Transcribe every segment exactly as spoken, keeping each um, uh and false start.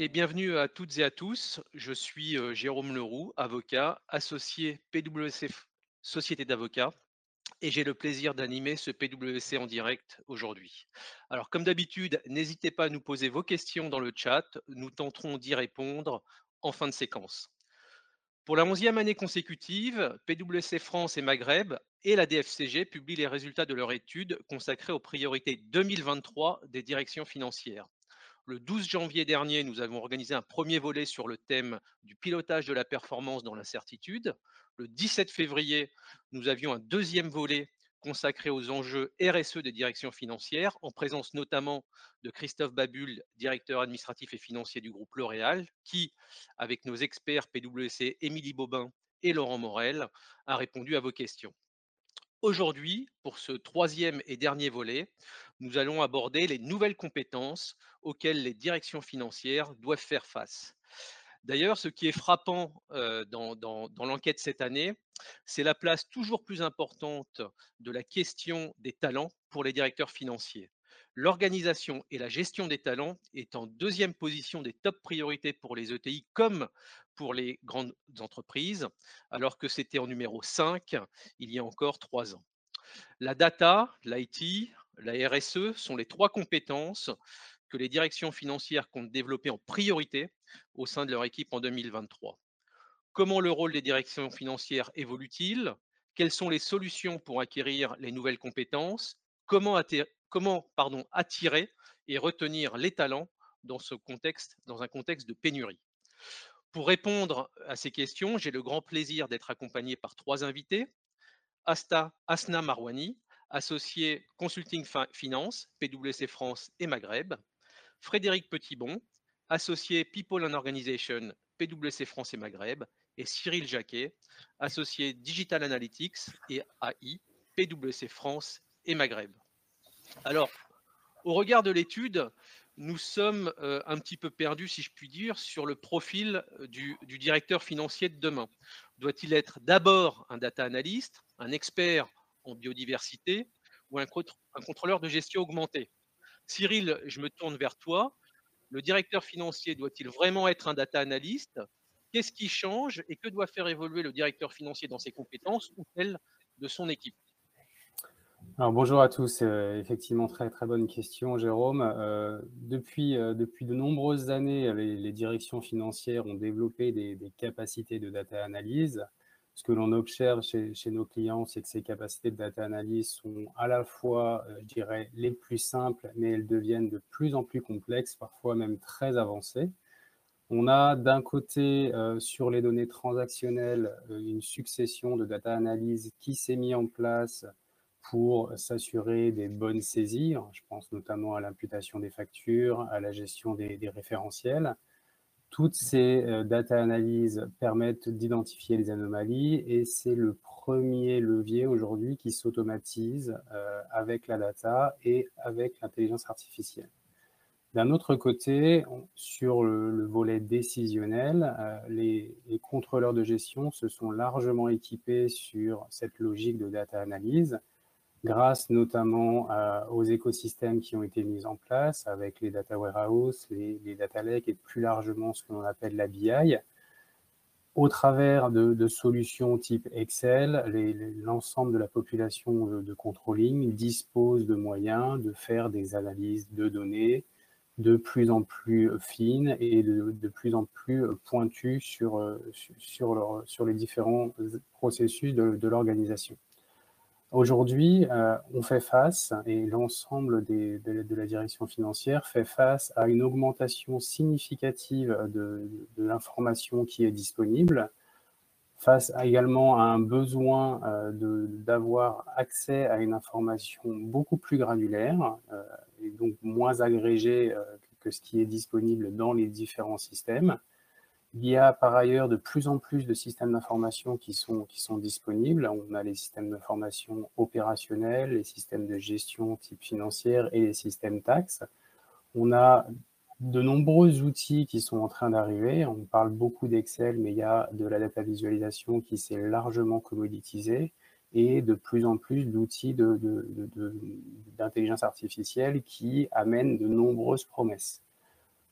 Et bienvenue à toutes et à tous. Je suis euh, Jérôme Leroux, avocat, associé P W C F- Société d'avocats, et j'ai le plaisir d'animer ce P W C en direct aujourd'hui. Alors, comme d'habitude, n'hésitez pas à nous poser vos questions dans le chat. Nous tenterons d'y répondre en fin de séquence. Pour la onzième année consécutive, P W C France et Maghreb et la D F C G publient les résultats de leur étude consacrée aux priorités deux mille vingt-trois des directions financières. Le douze janvier dernier, nous avons organisé un premier volet sur le thème du pilotage de la performance dans l'incertitude. Le dix-sept février, nous avions un deuxième volet consacré aux enjeux R S E des directions financières, en présence notamment de Christophe Babul, directeur administratif et financier du groupe L'Oréal, qui, avec nos experts P W C Émilie Bobin et Laurent Morel, a répondu à vos questions. Aujourd'hui, pour ce troisième et dernier volet, nous allons aborder les nouvelles compétences auxquelles les directions financières doivent faire face. D'ailleurs, ce qui est frappant euh, dans, dans- dans l'enquête cette année, c'est la place toujours plus importante de la question des talents pour les directeurs financiers. L'organisation et la gestion des talents est en deuxième position des top priorités pour les E T I comme pour les grandes entreprises, alors que c'était en numéro cinq il y a encore trois ans. La data, l'I T, la R S E sont les trois compétences que les directions financières comptent développer en priorité au sein de leur équipe en deux mille vingt-trois. Comment le rôle des directions financières évolue-t-il? Quelles sont les solutions pour acquérir les nouvelles compétences? Comment, attirer, comment pardon, attirer et retenir les talents dans, ce contexte, dans un contexte de pénurie? Pour répondre à ces questions, j'ai le grand plaisir d'être accompagné par trois invités. Asta Asna Marwani, associé Consulting Finance, P W C France et Maghreb. Frédéric Petitbon, associé People and Organization, P W C France et Maghreb. Et Cyril Jacquet, associé Digital Analytics et A I, P W C France et Maghreb. Alors, au regard de l'étude, nous sommes euh, un petit peu perdus, si je puis dire, sur le profil euh, du, du directeur financier de demain. Doit-il être d'abord un data analyst, un expert en biodiversité ou un, un contrôleur de gestion augmentée? Cyril, je me tourne vers toi. Le directeur financier doit-il vraiment être un data analyst? Qu'est-ce qui change et que doit faire évoluer le directeur financier dans ses compétences ou celles de son équipe? Alors bonjour à tous, euh, effectivement très très bonne question Jérôme. Euh, depuis, euh, depuis de nombreuses années, les, les directions financières ont développé des, des capacités de data analyse. Ce que l'on observe chez, chez nos clients, c'est que ces capacités de data analyse sont à la fois, euh, je dirais, les plus simples, mais elles deviennent de plus en plus complexes, parfois même très avancées. On a d'un côté, euh, sur les données transactionnelles, euh, une succession de data analyse qui s'est mis en place pour s'assurer des bonnes saisies. Je pense notamment à l'imputation des factures, à la gestion des, des référentiels. Toutes ces euh, data analyses permettent d'identifier les anomalies et c'est le premier levier aujourd'hui qui s'automatise euh, avec la data et avec l'intelligence artificielle. D'un autre côté, sur le, le volet décisionnel, euh, les, les contrôleurs de gestion se sont largement équipés sur cette logique de data analyse, grâce notamment à, aux écosystèmes qui ont été mis en place avec les data warehouse, les, les data lakes et plus largement ce que l'on appelle la B I. Au travers de, de solutions type Excel, l'ensemble de la population de, de controlling dispose de moyens de faire des analyses de données de plus en plus fines et de, de plus en plus pointues sur, sur, leur, sur les différents processus de, de l'organisation. Aujourd'hui, euh, on fait face, et l'ensemble de, de la direction financière fait face à une augmentation significative de, de l'information qui est disponible, face à également à un besoin euh, d'avoir accès à une information beaucoup plus granulaire, euh, et donc moins agrégée euh, que ce qui est disponible dans les différents systèmes. Il y a par ailleurs de plus en plus de systèmes d'information qui sont, qui sont disponibles. On a les systèmes d'information opérationnels, les systèmes de gestion type financière et les systèmes taxes. On a de nombreux outils qui sont en train d'arriver. On parle beaucoup d'Excel, mais il y a de la data visualisation qui s'est largement commoditisée et de plus en plus d'outils d'intelligence de, de, de, de, artificielle qui amènent de nombreuses promesses.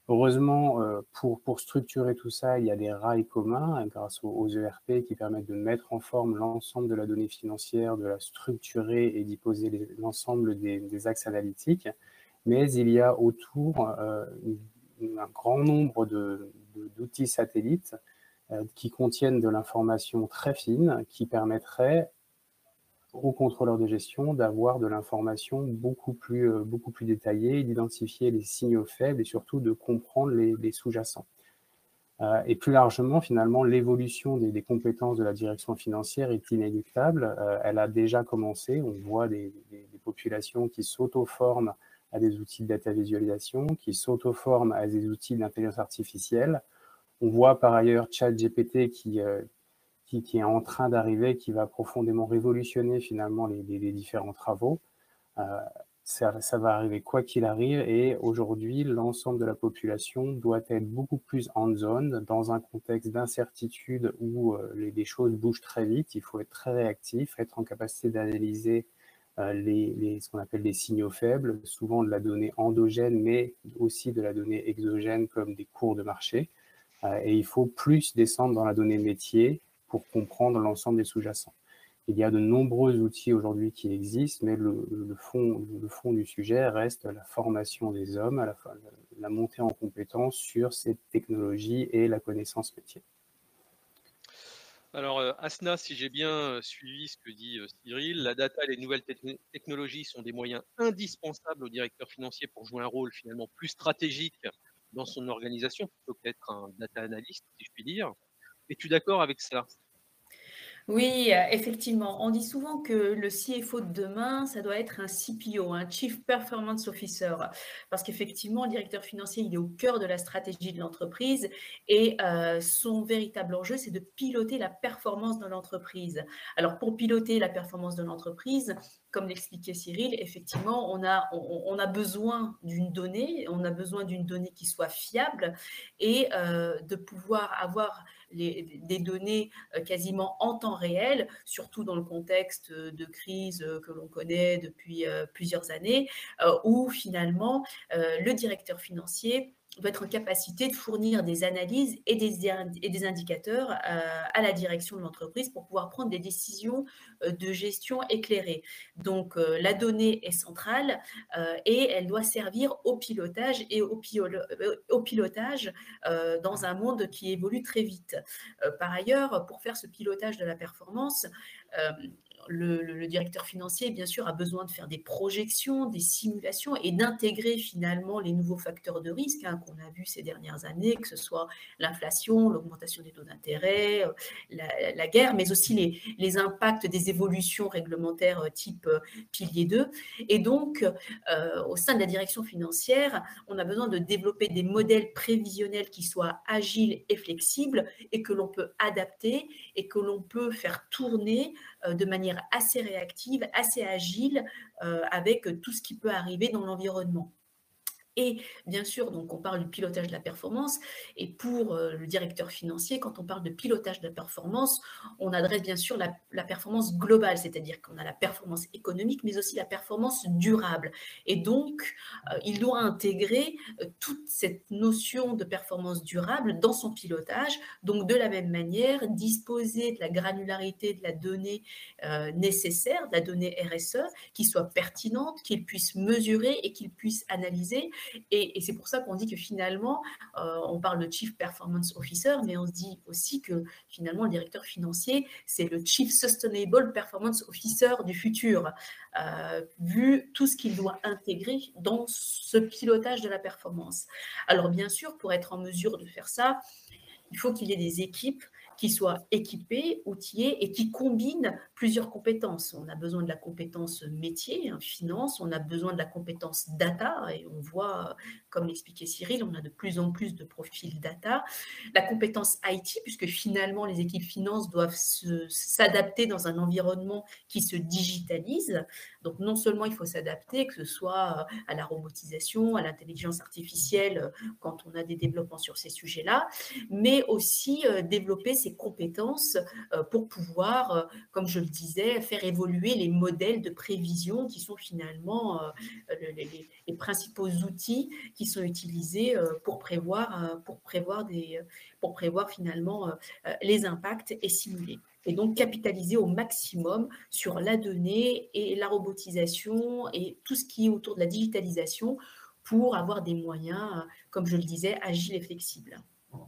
Heureusement, heu, pour pour structurer tout ça, il y a des rails communs, hein, grâce aux aux E R P qui permettent de mettre en forme l'ensemble de la donnée financière, de la structurer et d'y poser les l'ensemble des des axes analytiques. Mais il y a autour, heu, une un grand nombre de de d'outils satellites, heu, qui contiennent de l'information très fine, qui permettrait aux contrôleurs de gestion d'avoir de l'information beaucoup plus, heu, beaucoup plus détaillée, d'identifier les signaux faibles et surtout de comprendre les les sous-jacents. Heu et plus largement, finalement, l'évolution des des compétences de la direction financière est inéluctable. Heu, elle a déjà commencé. On voit des des des populations qui s'auto-forment à des outils de data visualisation, qui s'auto-forment à des outils d'intelligence artificielle. On voit par ailleurs ChatGPT qui, heu, qui qui est en train d'arriver, qui va profondément révolutionner finalement les les les différents travaux. Heu, ça ça va arriver quoi qu'il arrive et aujourd'hui, l'ensemble de la population doit être beaucoup plus hands-on dans un contexte d'incertitude où, heu, les les choses bougent très vite. Il faut être très réactif, être en capacité d'analyser, heu, les les ce qu'on appelle les signaux faibles, souvent de la donnée endogène, mais aussi de la donnée exogène comme des cours de marché. Heu et il faut plus descendre dans la donnée métier pour comprendre l'ensemble des sous-jacents. Il y a de nombreux outils aujourd'hui qui existent, mais le le fond le fond du sujet reste la formation des hommes, à la fois la montée en compétences sur ces technologies et la connaissance métier. Alors, heu, Asna, si j'ai bien, heu, suivi ce que dit, heu, Cyril, la data et les nouvelles techno technologies sont des moyens indispensables au directeur financier pour jouer un rôle finalement plus stratégique dans son organisation, plutôt qu'être un data analyst, si je puis dire. Es-tu d'accord avec cela? Oui, heu, effectivement. On dit souvent que le C F O de demain, ça doit être un C P O, un Chief Performance Officer. Parce qu'effectivement, le directeur financier, il est au cœur de la stratégie de l'entreprise et heu, son véritable enjeu, c'est de piloter la performance de l'entreprise. Alors pour piloter la performance de l'entreprise, comme l'expliquait Cyril, effectivement, on a on on a besoin d'une donnée, on a besoin d'une donnée qui soit fiable et heu, de pouvoir avoir les des données, heu, quasiment en temps réel, surtout dans le contexte, heu, de crise, heu, que l'on connaît depuis, heu, plusieurs années, heu, où finalement, heu, le directeur financier doit être en capacité de fournir des analyses et des et des indicateurs, heu, à la direction de l'entreprise pour pouvoir prendre des décisions, heu, de gestion éclairées. Donc, heu, la donnée est centrale, heu, et elle doit servir au pilotage et au piolo heu, au pilotage, heu, dans un monde qui évolue très vite. Euh, par ailleurs, pour faire ce pilotage de la performance, euh, le, le- le directeur financier, bien sûr, a besoin de faire des projections, des simulations et d'intégrer finalement les nouveaux facteurs de risque hein, qu'on a vus ces dernières années, que ce soit l'inflation, l'augmentation des taux d'intérêt, euh, la, la guerre, mais aussi les, les impacts des évolutions réglementaires euh, type euh, pilier deux. Et donc, euh, au sein de la direction financière, on a besoin de développer des modèles prévisionnels qui soient agiles et flexibles et que l'on peut adapter et que l'on peut faire tourner euh, de manière assez réactive, assez agile, euh, avec tout ce qui peut arriver dans l'environnement. Et bien sûr, donc on parle du pilotage de la performance. Et pour euh, le directeur financier, quand on parle de pilotage de la performance, on adresse bien sûr la, la performance globale, c'est-à-dire qu'on a la performance économique, mais aussi la performance durable. Et donc, euh, il doit intégrer euh, toute cette notion de performance durable dans son pilotage. Donc, de la même manière, disposer de la granularité de la donnée euh, nécessaire, de la donnée R S E, qui soit pertinente, qu'il puisse mesurer et qu'il puisse analyser et, et c'est pour ça qu'on dit que finalement, euh, on parle de Chief Performance Officer, mais on se dit aussi que finalement, le directeur financier, c'est le Chief Sustainable Performance Officer du futur, euh, vu tout ce qu'il doit intégrer dans ce pilotage de la performance. Alors bien sûr, pour être en mesure de faire ça, il faut qu'il y ait des équipes qui soient équipées, outillées et qui combinent plusieurs compétences. On a besoin de la compétence métier, hein, finance, on a besoin de la compétence data, et on voit, comme l'expliquait Cyril, on a de plus en plus de profils data. La compétence I T, puisque finalement les équipes finance doivent se, s'adapter dans un environnement qui se digitalise, Donc non seulement il faut s'adapter, que ce soit à la robotisation, à l'intelligence artificielle, quand on a des développements sur ces sujets-là, mais aussi euh, développer ses compétences euh, pour pouvoir, euh, comme je le disais, faire évoluer les modèles de prévision qui sont finalement euh, les, les, les principaux outils qui sont utilisés euh, pour prévoir, euh, pour prévoir des, pour prévoir finalement euh, les impacts et simuler. Et donc capitaliser au maximum sur la donnée et la robotisation et tout ce qui est autour de la digitalisation pour avoir des moyens, comme je le disais, agiles et flexibles.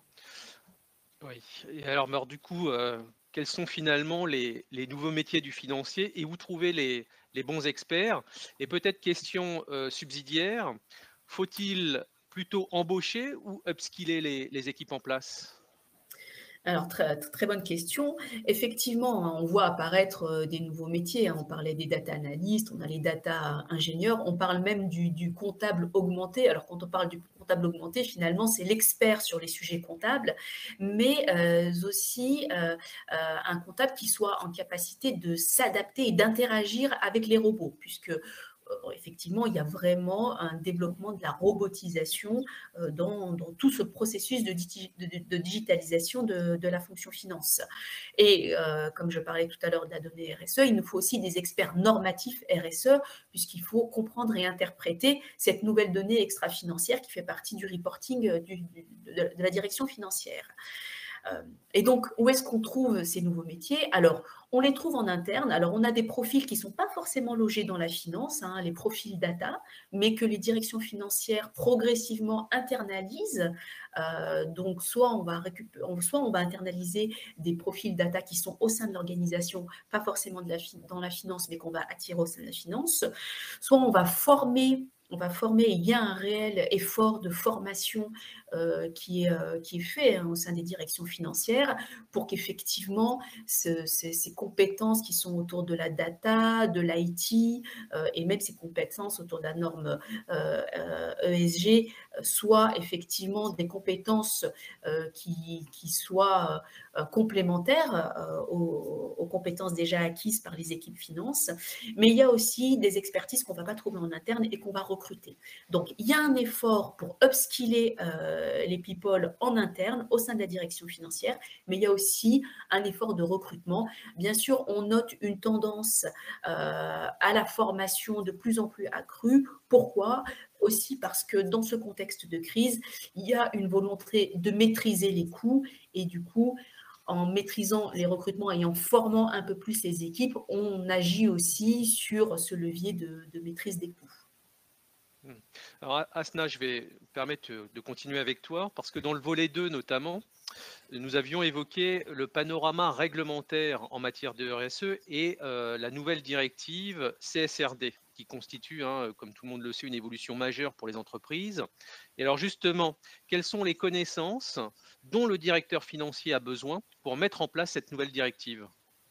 Oui. Et alors, alors du coup, euh, quels sont finalement les, les nouveaux métiers du financier et où trouver les, les bons experts? Et peut-être question euh, subsidiaire, faut-il plutôt embaucher ou upskiller les, les équipes en place? Alors, très, très bonne question. Effectivement, on voit apparaître des nouveaux métiers. On parlait des data analystes, on a les data ingénieurs, on parle même du, du comptable augmenté. Alors, quand on parle du comptable augmenté, finalement, c'est l'expert sur les sujets comptables, mais euh, aussi euh, euh, un comptable qui soit en capacité de s'adapter et d'interagir avec les robots, puisque effectivement, il y a vraiment un développement de la robotisation dans, dans tout ce processus de, de, de digitalisation de, de la fonction finance. Et euh, comme je parlais tout à l'heure de la donnée R S E, il nous faut aussi des experts normatifs R S E, puisqu'il faut comprendre et interpréter cette nouvelle donnée extra-financière qui fait partie du reporting du, du, de, de la direction financière. Et donc, où est-ce qu'on trouve ces nouveaux métiers? Alors, on les trouve en interne. Alors, on a des profils qui ne sont pas forcément logés dans la finance, hein, les profils data, mais que les directions financières progressivement internalisent. Euh, donc, soit on, va récupérer, soit on va internaliser des profils data qui sont au sein de l'organisation, pas forcément de la, dans la finance, mais qu'on va attirer au sein de la finance. Soit on va former On va former, il y a un réel effort de formation euh, qui, est, euh, qui est fait hein, au sein des directions financières pour qu'effectivement ce, ces, ces compétences qui sont autour de la data, de l'I T euh, et même ces compétences autour de la norme euh, euh, E S G soient effectivement des compétences euh, qui, qui soient euh, complémentaires euh, aux, aux compétences déjà acquises par les équipes finances. Mais il y a aussi des expertises qu'on ne va pas trouver en interne et qu'on va recruter. Donc, il y a un effort pour upskiller euh, les people en interne au sein de la direction financière, mais il y a aussi un effort de recrutement. Bien sûr, on note une tendance euh, à la formation de plus en plus accrue. Pourquoi ? Aussi parce que dans ce contexte de crise, il y a une volonté de maîtriser les coûts et du coup, en maîtrisant les recrutements et en formant un peu plus les équipes, on agit aussi sur ce levier de, de maîtrise des coûts. Alors Asna, je vais me permettre de continuer avec toi, parce que dans le volet deux notamment, nous avions évoqué le panorama réglementaire en matière de R S E et euh, la nouvelle directive C S R D, qui constitue, hein, comme tout le monde le sait, une évolution majeure pour les entreprises. Et alors justement, quelles sont les connaissances dont le directeur financier a besoin pour mettre en place cette nouvelle directive ?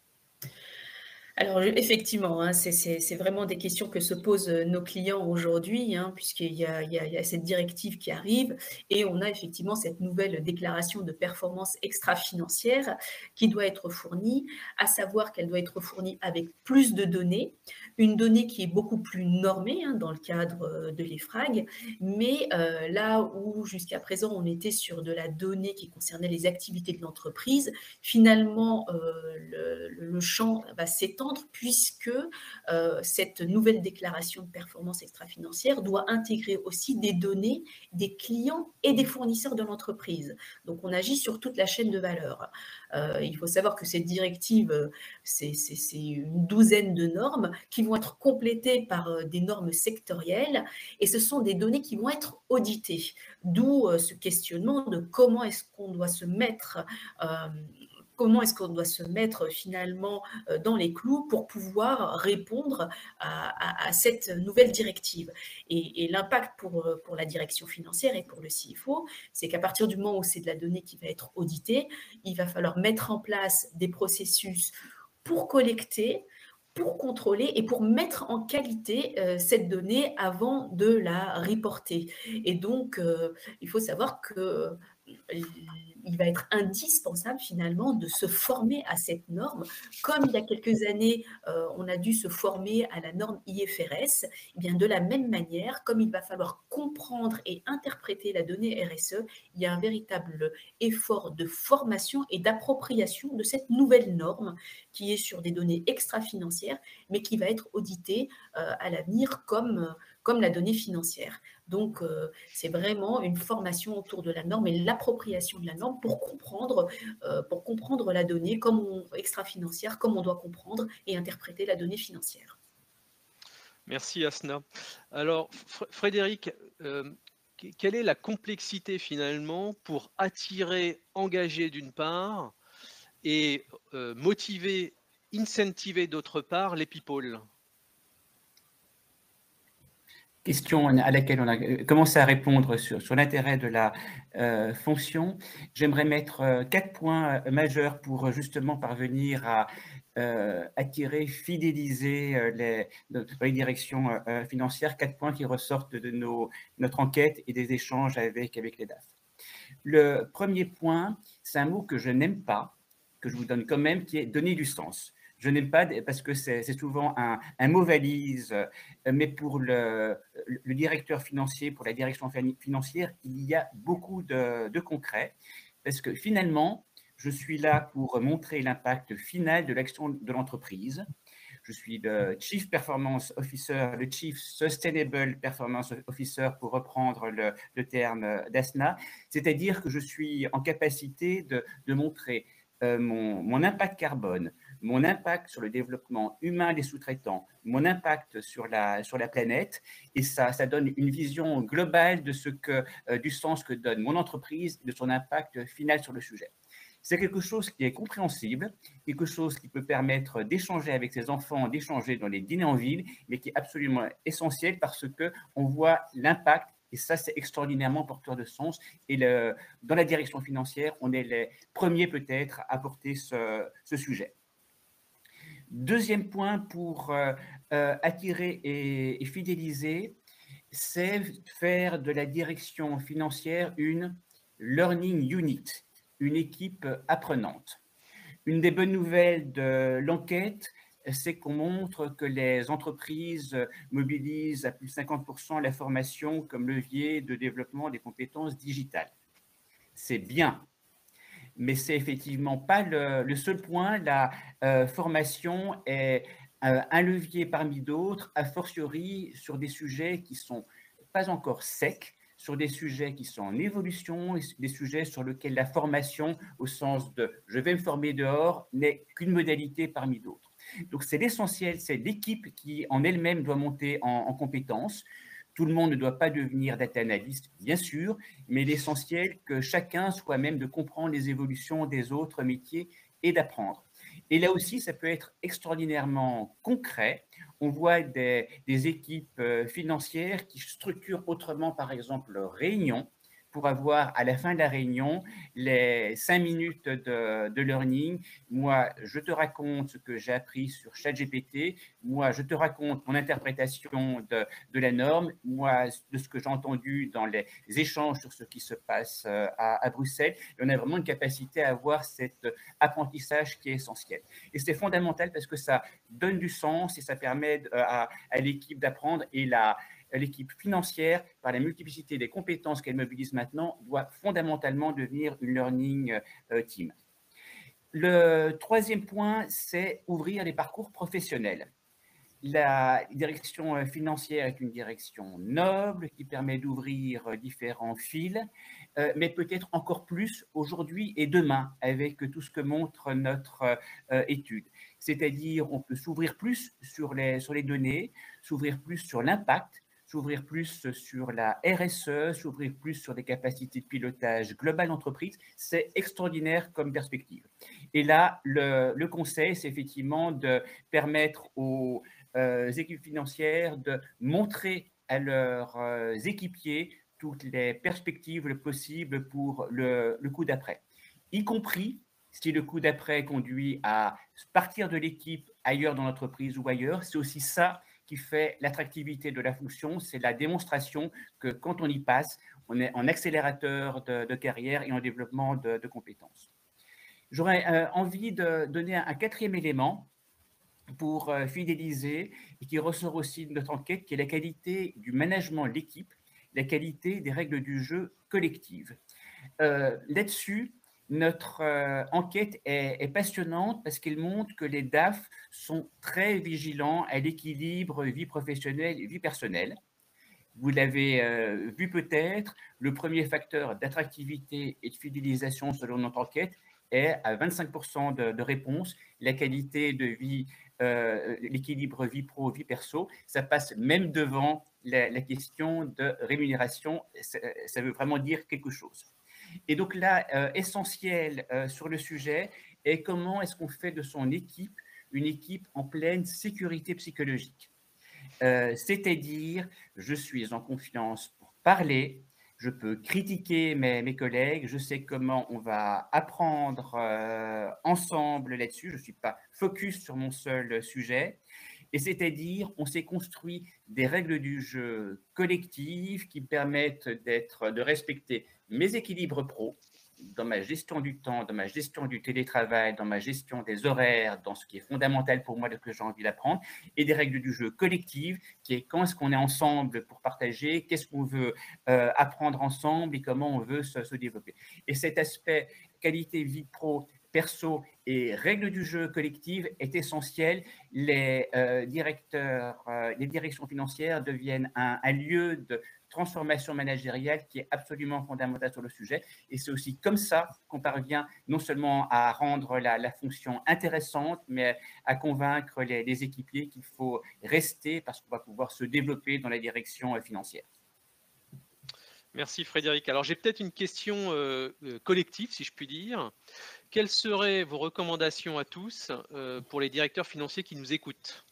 Alors effectivement, hein, c'est vraiment des questions que se posent nos clients aujourd'hui, hein, puisqu'il y, y, y a cette directive qui arrive et on a effectivement cette nouvelle déclaration de performance extra-financière qui doit être fournie, à savoir qu'elle doit être fournie avec plus de données, une donnée qui est beaucoup plus normée hein, dans le cadre de l'E F R A G, mais euh, là où jusqu'à présent on était sur de la donnée qui concernait les activités de l'entreprise, finalement euh, le, le champ va s'étendre puisque euh, cette nouvelle déclaration de performance extra-financière doit intégrer aussi des données des clients et des fournisseurs de l'entreprise. Donc, on agit sur toute la chaîne de valeur. Euh, il faut savoir que cette directive, c'est une douzaine de normes qui vont être complétées par des normes sectorielles et ce sont des données qui vont être auditées. D'où euh, ce questionnement de comment est-ce qu'on doit se mettre euh, comment est-ce qu'on doit se mettre finalement dans les clous pour pouvoir répondre à, à, à cette nouvelle directive. Et, et l'impact pour, pour la direction financière et pour le C F O, c'est qu'à partir du moment où c'est de la donnée qui va être auditée, il va falloir mettre en place des processus pour collecter, pour contrôler et pour mettre en qualité euh, cette donnée avant de la reporter. Et donc, euh, il faut savoir que il va être indispensable finalement de se former à cette norme. Comme il y a quelques années, euh, on a dû se former à la norme I F R S, et bien de la même manière, comme il va falloir comprendre et interpréter la donnée R S E, il y a un véritable effort de formation et d'appropriation de cette nouvelle norme qui est sur des données extra-financières, mais qui va être auditée euh, à l'avenir comme, comme la donnée financière. Donc, euh, c'est vraiment une formation autour de la norme et l'appropriation de la norme pour comprendre, euh, pour comprendre la donnée comme on, extra-financière, comme on doit comprendre et interpréter la donnée financière. Merci Asna. Alors Fr Frédéric, euh, quelle est la complexité finalement pour attirer, engager d'une part et euh, motiver, incentiver d'autre part les people? Question à laquelle on a commencé à répondre sur, sur l'intérêt de la euh, fonction. J'aimerais mettre euh, quatre points euh, majeurs pour euh, justement parvenir à euh, attirer, fidéliser euh, les, dans les directions euh, financières, quatre points qui ressortent de nos, notre enquête et des échanges avec, avec les D A F. Le premier point, c'est un mot que je n'aime pas, que je vous donne quand même, qui est donner du sens. Je n'aime pas parce que c'est souvent un, un mot valise, mais pour le, le directeur financier, pour la direction financière, il y a beaucoup de, de concret, parce que finalement, je suis là pour montrer l'impact final de l'action de l'entreprise. Je suis le Chief Performance Officer, le Chief Sustainable Performance Officer, pour reprendre le, le terme d'Asna, c'est-à-dire que je suis en capacité de, de montrer euh, mon, mon impact carbone, mon impact sur le développement humain des sous-traitants, mon impact sur la, sur la planète, et ça, ça donne une vision globale de ce que, euh, du sens que donne mon entreprise, de son impact final sur le sujet. C'est quelque chose qui est compréhensible, quelque chose qui peut permettre d'échanger avec ses enfants, d'échanger dans les dîners en ville, mais qui est absolument essentiel parce qu'on voit l'impact, et ça, c'est extraordinairement porteur de sens. Et le, dans la direction financière, on est les premiers peut-être à porter ce, ce sujet. Deuxième point pour euh, euh, attirer et, et fidéliser, c'est faire de la direction financière une learning unit, une équipe apprenante. Une des bonnes nouvelles de l'enquête, c'est qu'on montre que les entreprises mobilisent à plus de cinquante pour cent la formation comme levier de développement des compétences digitales. C'est bien, mais c'est effectivement pas le, le seul point. La euh, formation est euh, un levier parmi d'autres, a fortiori sur des sujets qui sont pas encore secs, sur des sujets qui sont en évolution, des sujets sur lesquels la formation, au sens de « je vais me former dehors », n'est qu'une modalité parmi d'autres. Donc c'est l'essentiel, c'est l'équipe qui en elle-même doit monter en, en compétences. Tout le monde ne doit pas devenir data analyst, bien sûr, mais l'essentiel que chacun soit même de comprendre les évolutions des autres métiers et d'apprendre. Et là aussi, ça peut être extraordinairement concret. On voit des, des équipes financières qui structurent autrement, par exemple, leurs réunions pour avoir à la fin de la réunion les cinq minutes de, de learning. Moi, je te raconte ce que j'ai appris sur ChatGPT. Moi, je te raconte mon interprétation de, de la norme. Moi, de ce que j'ai entendu dans les échanges sur ce qui se passe à, à Bruxelles. Et on a vraiment une capacité à avoir cet apprentissage qui est essentiel. Et c'est fondamental parce que ça donne du sens et ça permet à, à l'équipe d'apprendre. Et la l'équipe financière, par la multiplicité des compétences qu'elle mobilise maintenant, doit fondamentalement devenir une learning team. Le troisième point, c'est ouvrir les parcours professionnels. La direction financière est une direction noble qui permet d'ouvrir différents fils, mais peut-être encore plus aujourd'hui et demain avec tout ce que montre notre étude. C'est-à-dire, on peut s'ouvrir plus sur les, sur les données, s'ouvrir plus sur l'impact, s'ouvrir plus sur la R S E, s'ouvrir plus sur des capacités de pilotage global d'entreprise, c'est extraordinaire comme perspective. Et là, le, le conseil, c'est effectivement de permettre aux euh, équipes financières de montrer à leurs euh, équipiers toutes les perspectives possibles pour le, le coup d'après, y compris si le coup d'après conduit à partir de l'équipe ailleurs dans l'entreprise ou ailleurs. C'est aussi ça qui fait l'attractivité de la fonction, c'est la démonstration que quand on y passe, on est en accélérateur de, de carrière et en développement de, de compétences. J'aurais euh, envie de donner un, un quatrième élément pour euh, fidéliser et qui ressort aussi de notre enquête, qui est la qualité du management de l'équipe, la qualité des règles du jeu collectives. Euh, Là-dessus, notre euh, enquête est, est passionnante parce qu'elle montre que les D A F sont très vigilants à l'équilibre vie professionnelle et vie personnelle. Vous l'avez euh, vu peut-être, le premier facteur d'attractivité et de fidélisation selon notre enquête est à vingt-cinq pour cent de, de réponses, la qualité de vie, euh, l'équilibre vie pro, vie perso, ça passe même devant la, la question de rémunération, ça, ça veut vraiment dire quelque chose. Et donc là, euh, essentiel euh, sur le sujet est comment est-ce qu'on fait de son équipe une équipe en pleine sécurité psychologique. Euh, c'est-à-dire, je suis en confiance pour parler, je peux critiquer mes, mes collègues, je sais comment on va apprendre euh, ensemble là-dessus, je ne suis pas focus sur mon seul sujet. Et c'est-à-dire, on s'est construit des règles du jeu collectives qui permettent d'être, de respecter mes équilibres pro, dans ma gestion du temps, dans ma gestion du télétravail, dans ma gestion des horaires, dans ce qui est fondamental pour moi de ce que j'ai envie d'apprendre, et des règles du jeu collectives, qui est quand est-ce qu'on est ensemble pour partager, qu'est-ce qu'on veut euh, apprendre ensemble et comment on veut se, se développer. Et cet aspect qualité vie pro, perso et règles du jeu collective est essentiel. Les euh, directeurs, euh, les directions financières deviennent un, un lieu de transformation managériale qui est absolument fondamentale sur le sujet. Et c'est aussi comme ça qu'on parvient non seulement à rendre la, la fonction intéressante, mais à convaincre les, les équipiers qu'il faut rester parce qu'on va pouvoir se développer dans la direction financière. Merci Frédéric. Alors j'ai peut-être une question euh, collective, si je puis dire. Quelles seraient vos recommandations à tous euh, pour les directeurs financiers qui nous écoutent?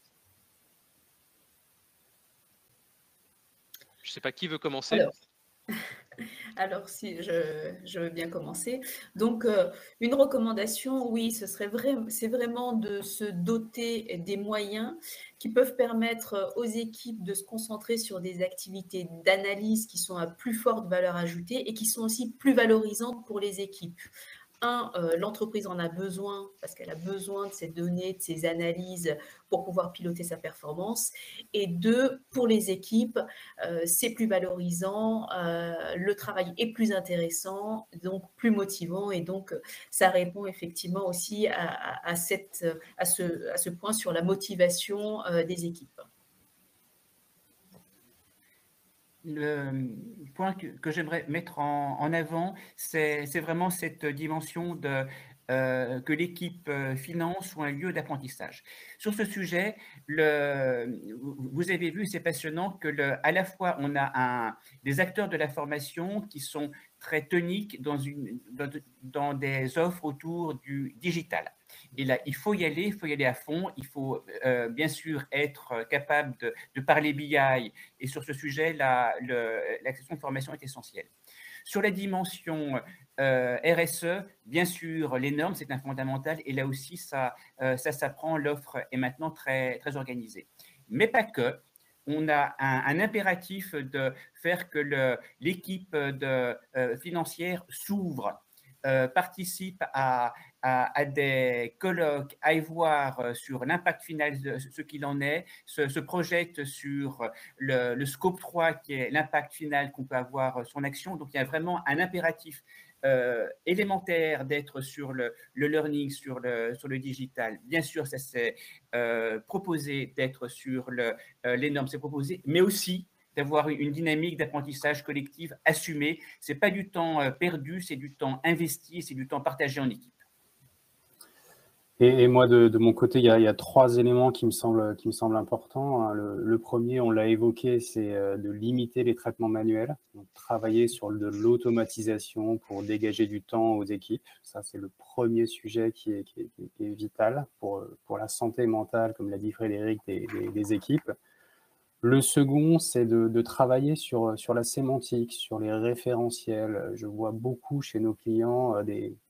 Je ne sais pas qui veut commencer. Alors, alors si je, je veux bien commencer. Donc, euh, une recommandation, oui, ce serait vraiment, c'est vraiment de se doter des moyens qui peuvent permettre aux équipes de se concentrer sur des activités d'analyse qui sont à plus forte valeur ajoutée et qui sont aussi plus valorisantes pour les équipes. Un, euh, l'entreprise en a besoin parce qu'elle a besoin de ces données, de ces analyses pour pouvoir piloter sa performance. Et deux, pour les équipes, euh, c'est plus valorisant, euh, le travail est plus intéressant, donc plus motivant. Et donc, ça répond effectivement aussi à, à, à, cette, à, ce, à ce point sur la motivation euh, des équipes. Le point que, que j'aimerais mettre en, en avant, c'est vraiment cette dimension de, euh, que l'équipe finance soit un lieu d'apprentissage. Sur ce sujet, le, vous avez vu, c'est passionnant que le, à la fois on a un, des acteurs de la formation qui sont très toniques dans, une, dans, dans des offres autour du digital. Et là, il faut y aller, il faut y aller à fond, il faut euh, bien sûr être capable de, de parler B I, et sur ce sujet, la, le, la question de formation est essentielle. Sur la dimension euh, R S E, bien sûr, les normes, c'est un fondamental, et là aussi, ça, euh, ça s'apprend, l'offre est maintenant très, très organisée. Mais pas que. On a un, un impératif de faire que l'équipe de, euh, financière s'ouvre, euh, participe à, à, à des colloques, à y voir sur l'impact final de ce qu'il en est, se, se projette sur le, le scope trois qui est l'impact final qu'on peut avoir sur l'action. Donc, il y a vraiment un impératif euh, élémentaire d'être sur le, le learning, sur le, sur le digital. Bien sûr, ça s'est euh, proposé d'être sur le, euh, les normes, c'est proposé, mais aussi d'avoir une dynamique d'apprentissage collectif assumée. Ce n'est pas du temps euh, perdu, c'est du temps investi, c'est du temps partagé en équipe. Et, et moi, de, de mon côté, il y, a, il y a trois éléments qui me semblent, qui me semblent importants. Le, le premier, on l'a évoqué, c'est de limiter les traitements manuels, donc travailler sur de l'automatisation pour dégager du temps aux équipes. Ça, c'est le premier sujet qui est, qui est, qui est vital pour, pour la santé mentale, comme l'a dit Frédéric, des, des, des équipes. Le second, c'est de, de travailler sur, sur la sémantique, sur les référentiels. Je vois beaucoup chez nos clients des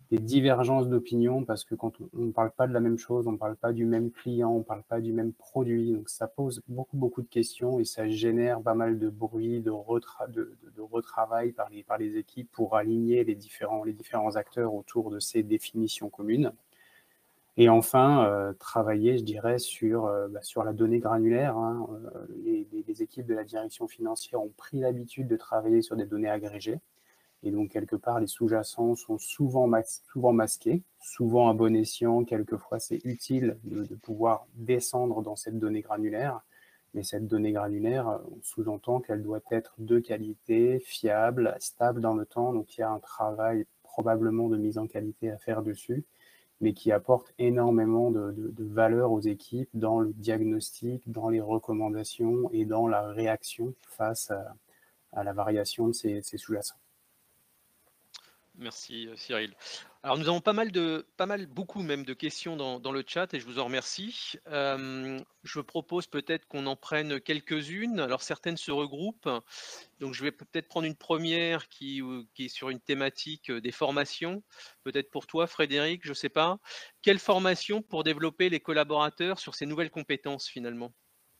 des divergences d'opinion parce que quand on ne parle pas de la même chose, on ne parle pas du même client, on ne parle pas du même produit. Donc ça pose beaucoup, beaucoup de questions et ça génère pas mal de bruit, de, retra de, de, de retravail par les, par les équipes pour aligner les différents, les différents acteurs autour de ces définitions communes. Et enfin, euh, travailler, je dirais, sur, euh, bah, sur la donnée granulaire. Hein. Euh, les, les, les équipes de la direction financière ont pris l'habitude de travailler sur des données agrégées. Et donc, quelque part, les sous-jacents sont souvent, mas souvent masqués, souvent à bon escient. Quelquefois, c'est utile de, de pouvoir descendre dans cette donnée granulaire. Mais cette donnée granulaire, on sous-entend qu'elle doit être de qualité, fiable, stable dans le temps. Donc, il y a un travail probablement de mise en qualité à faire dessus, mais qui apporte énormément de, de, de valeur aux équipes dans le diagnostic, dans les recommandations et dans la réaction face à, à la variation de ces, ces sous-jacents. Merci Cyril. Alors nous avons pas mal de, pas mal, beaucoup même de questions dans, dans le chat et je vous en remercie. Euh, je propose peut-être qu'on en prenne quelques-unes. Alors certaines se regroupent. Donc je vais peut-être prendre une première qui, qui est sur une thématique des formations. Peut-être pour toi Frédéric, je ne sais pas. Quelle formation pour développer les collaborateurs sur ces nouvelles compétences finalement ?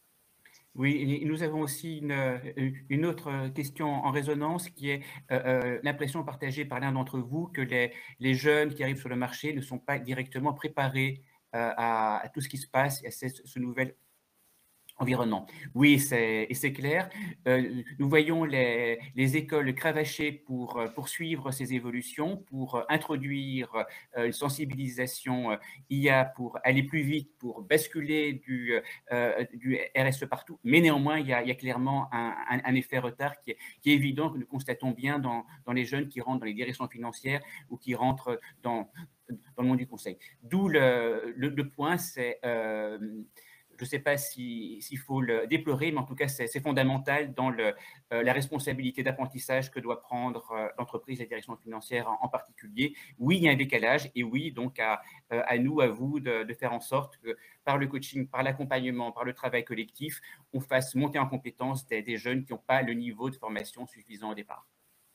Oui, nous avons aussi une, une autre question en résonance qui est euh, l'impression partagée par l'un d'entre vous que les, les jeunes qui arrivent sur le marché ne sont pas directement préparés euh, à, à tout ce qui se passe et à ce, ce nouvel environnement. Oui, c'est, et c'est clair. Euh, nous voyons les, les écoles cravacher pour euh, poursuivre ces évolutions, pour euh, introduire euh, une sensibilisation euh, I A pour aller plus vite, pour basculer du, euh, du R S E partout. Mais néanmoins, il y a, il y a clairement un, un, un effet retard qui est, qui est évident, que nous constatons bien dans, dans les jeunes qui rentrent dans les directions financières ou qui rentrent dans, dans le monde du conseil. D'où le, le, le point, c'est... Euh, je ne sais pas s'il si, faut le déplorer, mais en tout cas, c'est fondamental dans le, euh, la responsabilité d'apprentissage que doit prendre euh, l'entreprise, la direction financière en, en, particulier. Oui, il y a un décalage et oui, donc à, euh, à nous, à vous, de, de faire en sorte que par le coaching, par l'accompagnement, par le travail collectif, on fasse monter en compétence des, des jeunes qui n'ont pas le niveau de formation suffisant au départ.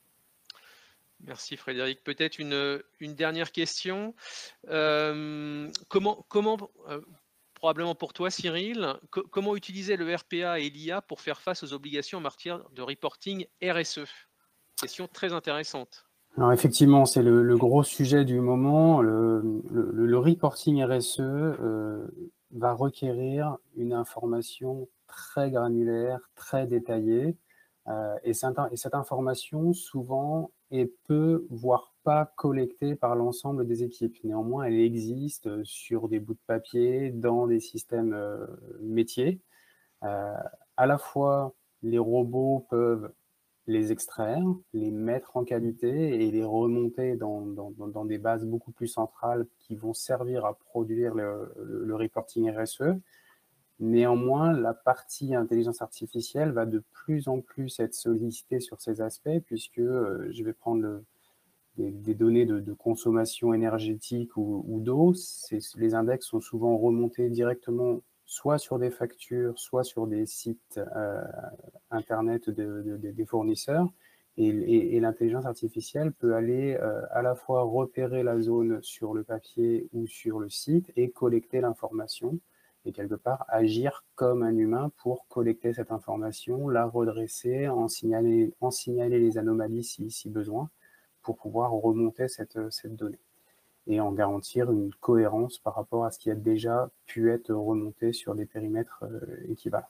Merci Frédéric. Peut-être une, une dernière question. Euh, comment, comment euh, probablement pour toi, Cyril, co comment utiliser le R P A et l'I A pour faire face aux obligations en matière de reporting R S E? Question très intéressante. Alors effectivement, c'est le, le gros sujet du moment. Le, le, le reporting R S E euh, va requérir une information très granulaire, très détaillée. Euh, et, cette, et cette information, souvent, est peu, voire pas collectée par l'ensemble des équipes. Néanmoins, elle existe sur des bouts de papier, dans des systèmes euh, métiers. Euh, à la fois, les robots peuvent les extraire, les mettre en qualité et les remonter dans, dans, dans des bases beaucoup plus centrales qui vont servir à produire le, le, le reporting R S E. Néanmoins, la partie intelligence artificielle va de plus en plus être sollicitée sur ces aspects puisque euh, je vais prendre le, des, des données de, de consommation énergétique ou, ou d'eau. Les index sont souvent remontés directement soit sur des factures, soit sur des sites euh, Internet de, de, de, des fournisseurs. Et, et, et l'intelligence artificielle peut aller euh, à la fois repérer la zone sur le papier ou sur le site et collecter l'information et quelque part agir comme un humain pour collecter cette information, la redresser, en signaler, en signaler les anomalies si, si besoin, pour pouvoir remonter cette, cette donnée et en garantir une cohérence par rapport à ce qui a déjà pu être remonté sur des périmètres euh, équivalents.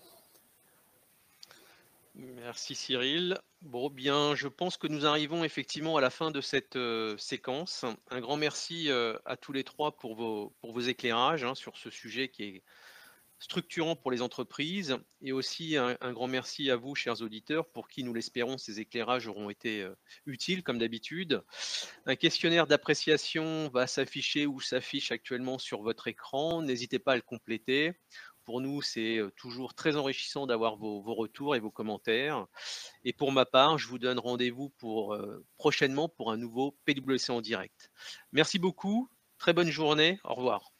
Merci Cyril. Bon, bien, je pense que nous arrivons effectivement à la fin de cette euh, séquence. Un grand merci euh, à tous les trois pour vos, pour vos éclairages hein, sur ce sujet qui est structurant pour les entreprises et aussi un, un grand merci à vous, chers auditeurs, pour qui nous l'espérons, ces éclairages auront été euh, utiles comme d'habitude. Un questionnaire d'appréciation va s'afficher ou s'affiche actuellement sur votre écran. N'hésitez pas à le compléter. Pour nous, c'est toujours très enrichissant d'avoir vos, vos retours et vos commentaires. Et pour ma part, je vous donne rendez-vous pour, euh, prochainement pour un nouveau P W C en direct. Merci beaucoup, très bonne journée, au revoir.